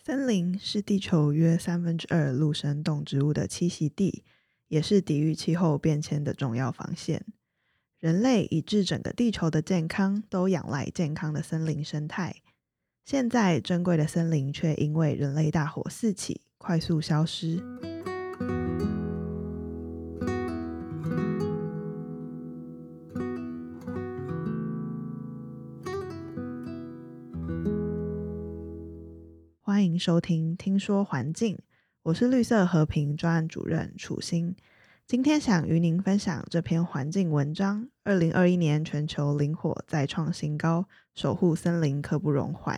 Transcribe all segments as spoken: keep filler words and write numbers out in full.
森林是地球约三分之二陆生动植物的栖息地，也是抵御气候变迁的重要防线。人类以至整个地球的健康都仰赖健康的森林生态。现在珍贵的森林却因为人类大火四起，快速消失。欢迎收听听说环境，我是绿色和平专案主任楚欣。今天想与您分享这篇环境文章，二零二一年全球林火再创新高，守护森林刻不容缓。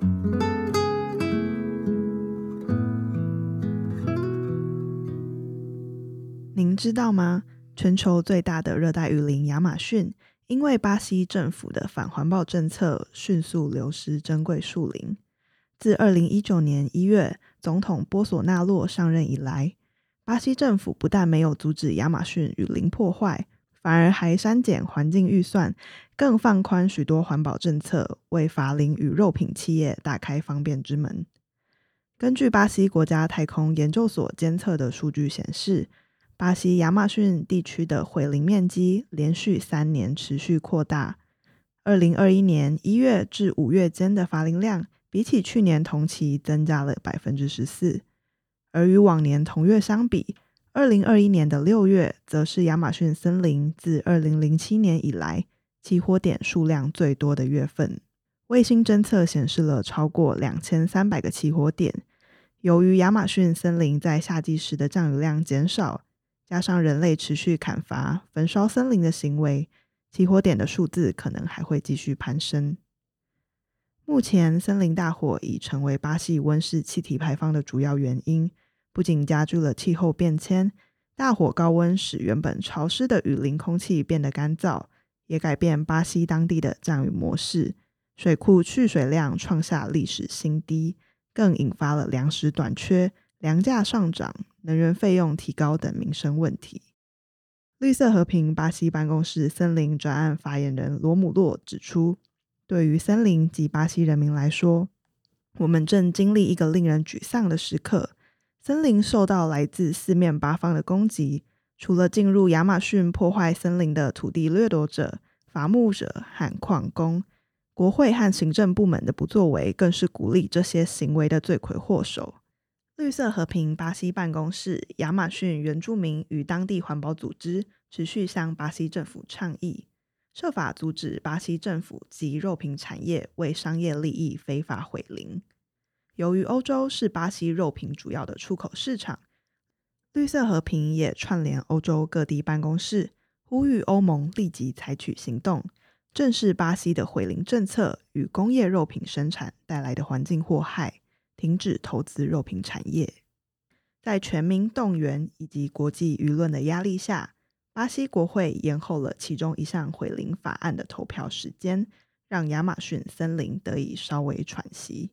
您知道吗？全球最大的热带雨林亚马逊，因为巴西政府的反环保政策，迅速流失珍贵树林。自二零一九年一月总统波索纳洛上任以来，巴西政府不但没有阻止亚马逊雨林破坏，反而还删减环境预算，更放宽许多环保政策，为伐林与肉品企业打开方便之门。根据巴西国家太空研究所监测的数据显示，巴西亚马逊地区的毁林面积连续三年持续扩大。二零二一年一月至五月间的伐林量比起去年同期增加了 百分之十四， 而与往年同月相比，二零二一年的六月则是亚马逊森林自二零零七年以来起火点数量最多的月份。卫星侦测显示了超过两千三百个起火点。由于亚马逊森林在夏季时的降雨量减少，加上人类持续砍伐、焚烧森林的行为，起火点的数字可能还会继续攀升。目前，森林大火已成为巴西温室气体排放的主要原因，不仅加剧了气候变迁，大火高温使原本潮湿的雨林空气变得干燥，也改变巴西当地的降雨模式，水库蓄水量创下历史新低，更引发了粮食短缺、粮价上涨、能源费用提高等民生问题。绿色和平巴西办公室森林专案发言人罗姆洛指出，对于森林及巴西人民来说，我们正经历一个令人沮丧的时刻。森林受到来自四面八方的攻击，除了进入亚马逊破坏森林的土地掠夺者、伐木者和矿工，国会和行政部门的不作为更是鼓励这些行为的罪魁祸首。绿色和平巴西办公室、亚马逊原住民与当地环保组织持续向巴西政府倡议，设法阻止巴西政府及肉品产业为商业利益非法毁林。由于欧洲是巴西肉品主要的出口市场，绿色和平也串联欧洲各地办公室，呼吁欧盟立即采取行动，正视巴西的毁林政策与工业肉品生产带来的环境祸害，停止投资肉品产业。在全民动员以及国际舆论的压力下，巴西国会延后了其中一项毁林法案的投票时间，让亚马逊森林得以稍微喘息。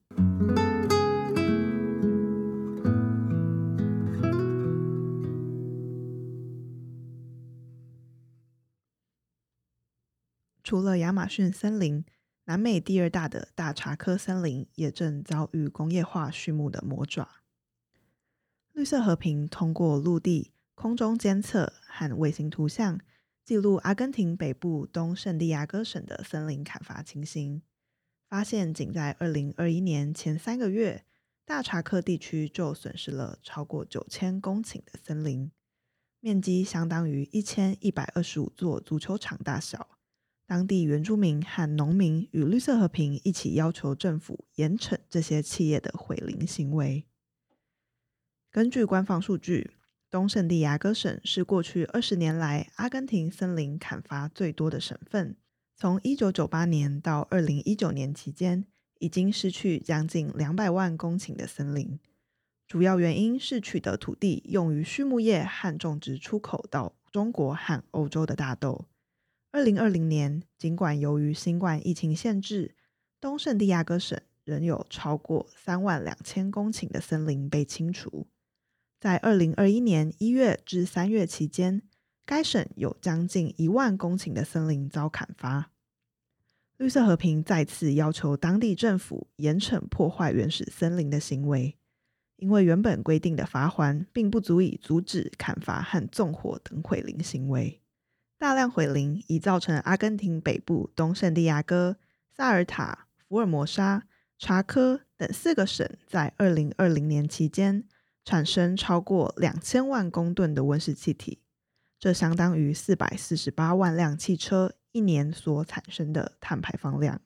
除了亚马逊森林，南美第二大的大查科森林也正遭遇工业化畜牧的魔爪。绿色和平通过陆地、空中监测和卫星图像，记录阿根廷北部东圣地亚哥省的森林砍伐情形，发现仅在二零二一年前三个月，大查科地区就损失了超过九千公顷的森林，面积相当于一千一百二十五座足球场大小。当地原住民和农民与绿色和平一起要求政府严惩这些企业的毁林行为。根据官方数据，东圣地亚哥省是过去二十年来阿根廷森林砍伐最多的省份，从一九九八年到二零一九年期间，已经失去将近两百万公顷的森林。主要原因是取得土地用于畜牧业和种植出口到中国和欧洲的大豆。二零二零年，尽管由于新冠疫情限制，东圣地亚哥省仍有超过三万两千公顷的森林被清除。在二零二一年一月至三月期间，该省有将近一万公顷的森林遭砍伐。 绿色和平再次要求当地政府严惩破坏原始森林的行为，因为原本规定的罚锾并不足以阻止砍伐和纵火等毁林行为。大量毁林已造成阿根廷北部东圣地亚哥、萨尔塔、福尔摩沙、查科等四个省在二零二零年期间产生超过两千万公吨的温室气体，这相当于四百四十八万辆汽车一年所产生的碳排放量。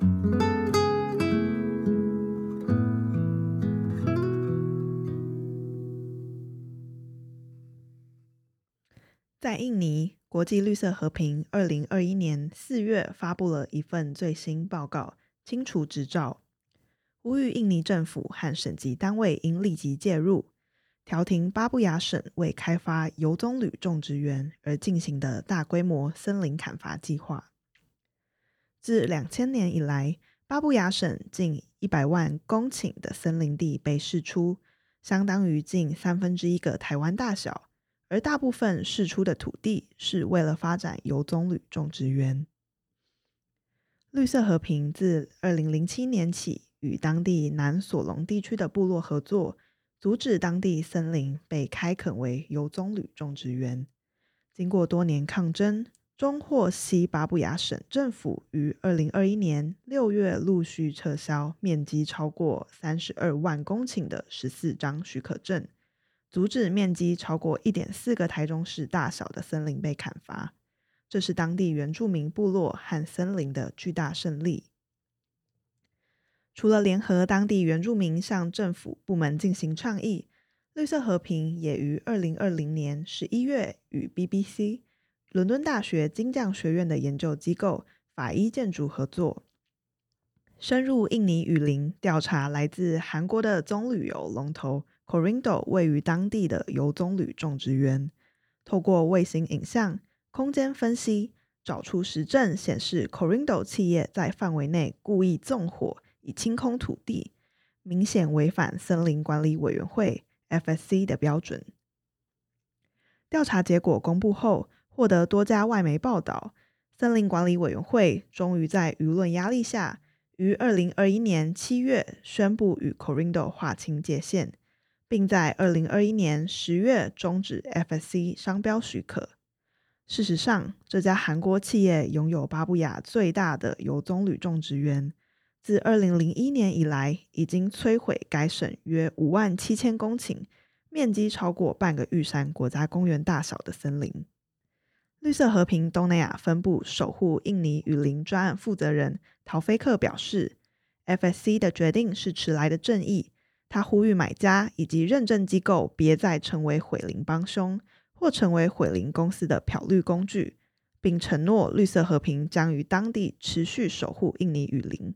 在印尼，国际绿色和平二零二一年四月发布了一份最新报告，清除执照，呼吁印尼政府和省级单位应立即介入，调停巴布亚省为开发油棕榈种植园而进行的大规模森林砍伐计划。自两千年以来，巴布亚省近一百万公顷的森林地被释出，相当于近三分之一个台湾大小，而大部分释出的土地是为了发展油棕榈种植园。绿色和平自二零零七年起与当地南索隆地区的部落合作，阻止当地森林被开垦为油棕榈种植园。经过多年抗争，中或西巴布亚省政府于二零二一年六月陆续撤销面积超过三十二万公顷的十四张许可证，阻止面积超过 一点四个台中市大小的森林被砍伐。这是当地原住民部落和森林的巨大胜利。除了联合当地原住民向政府部门进行倡议，绿色和平也于二零二零年十一月与 B B C、伦敦大学金匠学院的研究机构法医建筑合作，深入印尼雨林调查来自韩国的棕榈油龙头 Corindo 位于当地的油棕榈种植园，透过卫星影像、空间分析，找出实证显示 Corindo 企业在范围内故意纵火以清空土地，明显违反森林管理委员会 F S C 的标准。调查结果公布后，获得多家外媒报道，森林管理委员会终于在舆论压力下，于二零二一年七月宣布与 Corindo 划清界限，并在二零二一年十月终止 F S C 商标许可。事实上，这家韩国企业拥有巴布亚最大的油棕榈种植园，自二零零一年以来已经摧毁该省约五万七千公顷，面积超过半个玉山国家公园大小的森林。绿色和平东南亚分部守护印尼雨林专案负责人陶菲克表示， F S C 的决定是迟来的正义，他呼吁买家以及认证机构别再成为毁林帮凶或成为毁林公司的漂绿工具，并承诺绿色和平将于当地持续守护印尼雨林。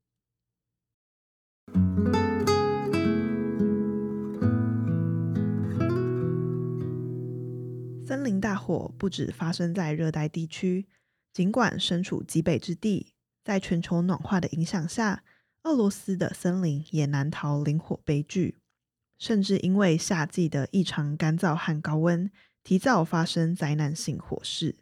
森林大火不只发生在热带地区，尽管身处极北之地，在全球暖化的影响下，俄罗斯的森林也难逃林火悲剧，甚至因为夏季的异常干燥和高温，提早发生灾难性火势。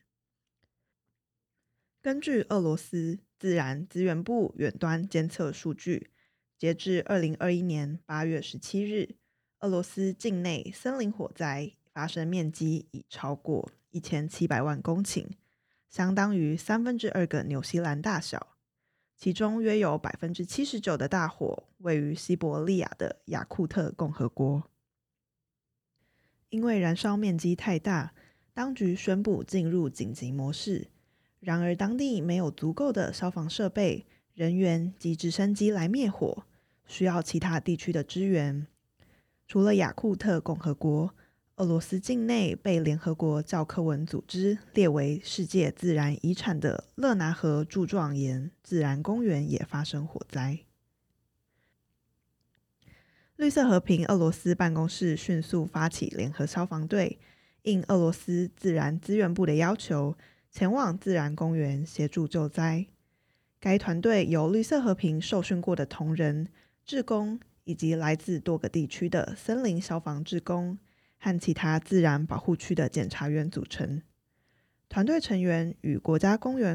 根据俄罗斯自然资源部远端监测数据，截至二零二一年八月十七日，俄罗斯境内森林火灾发生面积已超过一千七百万公顷，相当于三分之二个纽西兰大小，其中约有 百分之七十九 的大火位于西伯利亚的雅库特共和国。因为燃烧面积太大，当局宣布进入紧急模式，然而当地没有足够的消防设备、人员及直升机来灭火，需要其他地区的支援。除了雅库特共和国，俄罗斯境内被联合国教科文组织列为世界自然遗产的勒拿河柱状岩自然公园也发生火灾。绿色和平俄罗斯办公室迅速发起联合消防队，应俄罗斯自然资源部的要求，前往自然公园协助救灾。该团队由绿色和平受训过的同仁、志工以及来自多个地区的森林消防志工和其他自然保护区的检查员组成。团队成员与国家公园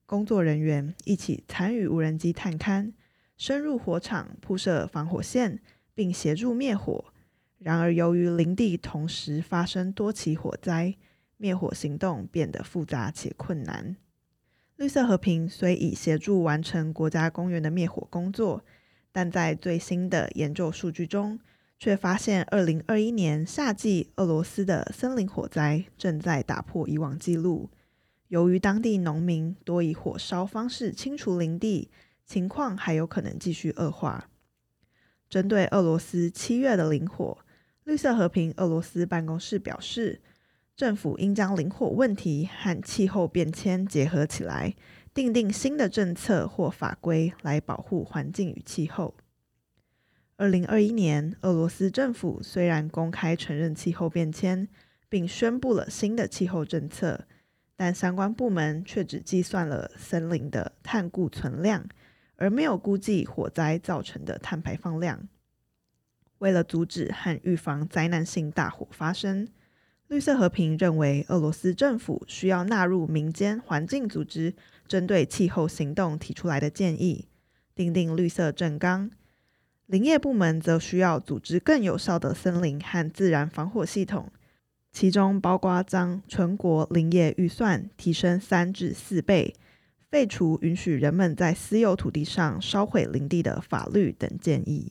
工作人员一起参与无人机探勘，深入火场铺设防火线，并协助灭火。然而由于林地同时发生多起火灾，灭火行动变得复杂且困难。绿色和平虽已协助完成国家公园的灭火工作，但在最新的研究数据中，却发现二零二一年夏季俄罗斯的森林火灾正在打破以往纪录。由于当地农民多以火烧方式清除林地，情况还有可能继续恶化。针对俄罗斯七月的林火，绿色和平俄罗斯办公室表示，政府应将林火问题和气候变迁结合起来，订定新的政策或法规来保护环境与气候。二零二一年，俄罗斯政府虽然公开承认气候变迁，并宣布了新的气候政策，但相关部门却只计算了森林的碳固存量，而没有估计火灾造成的碳排放量。为了阻止和预防灾难性大火发生，绿色和平认为俄罗斯政府需要纳入民间环境组织针对气候行动提出来的建议，订定绿色政纲。林业部门则需要组织更有效的森林和自然防火系统，其中包括将全国林业预算提升三至四倍，废除允许人们在私有土地上烧毁林地的法律等建议。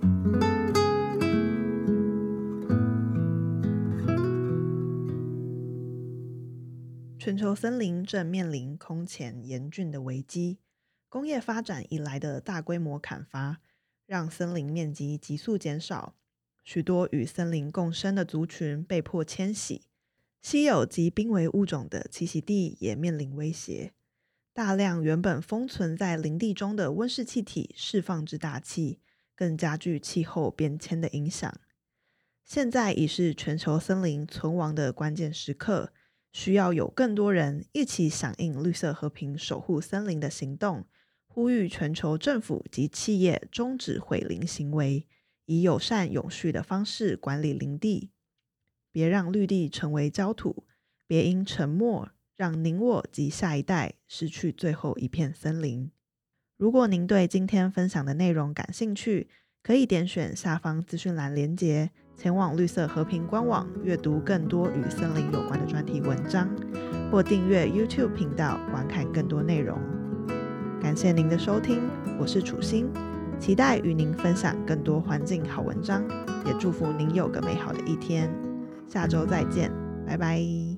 全球森林正面临空前严峻的危机，工业发展以来的大规模砍伐，让森林面积急速减少，许多与森林共生的族群被迫迁徙，稀有及濒危物种的栖息地也面临威胁。大量原本封存在林地中的温室气体释放至大气，更加剧气候变迁的影响。现在已是全球森林存亡的关键时刻，需要有更多人一起响应绿色和平守护森林的行动，呼吁全球政府及企业终止毁林行为，以友善永续的方式管理林地。别让绿地成为焦土，别因沉默让您我及下一代失去最后一片森林。如果您对今天分享的内容感兴趣，可以点选下方资讯栏连结，前往绿色和平官网阅读更多与森林有关的专题文章，或订阅 YouTube 频道观看更多内容。感谢您的收听，我是楚心，期待与您分享更多环境好文章，也祝福您有个美好的一天。下周再见，拜拜。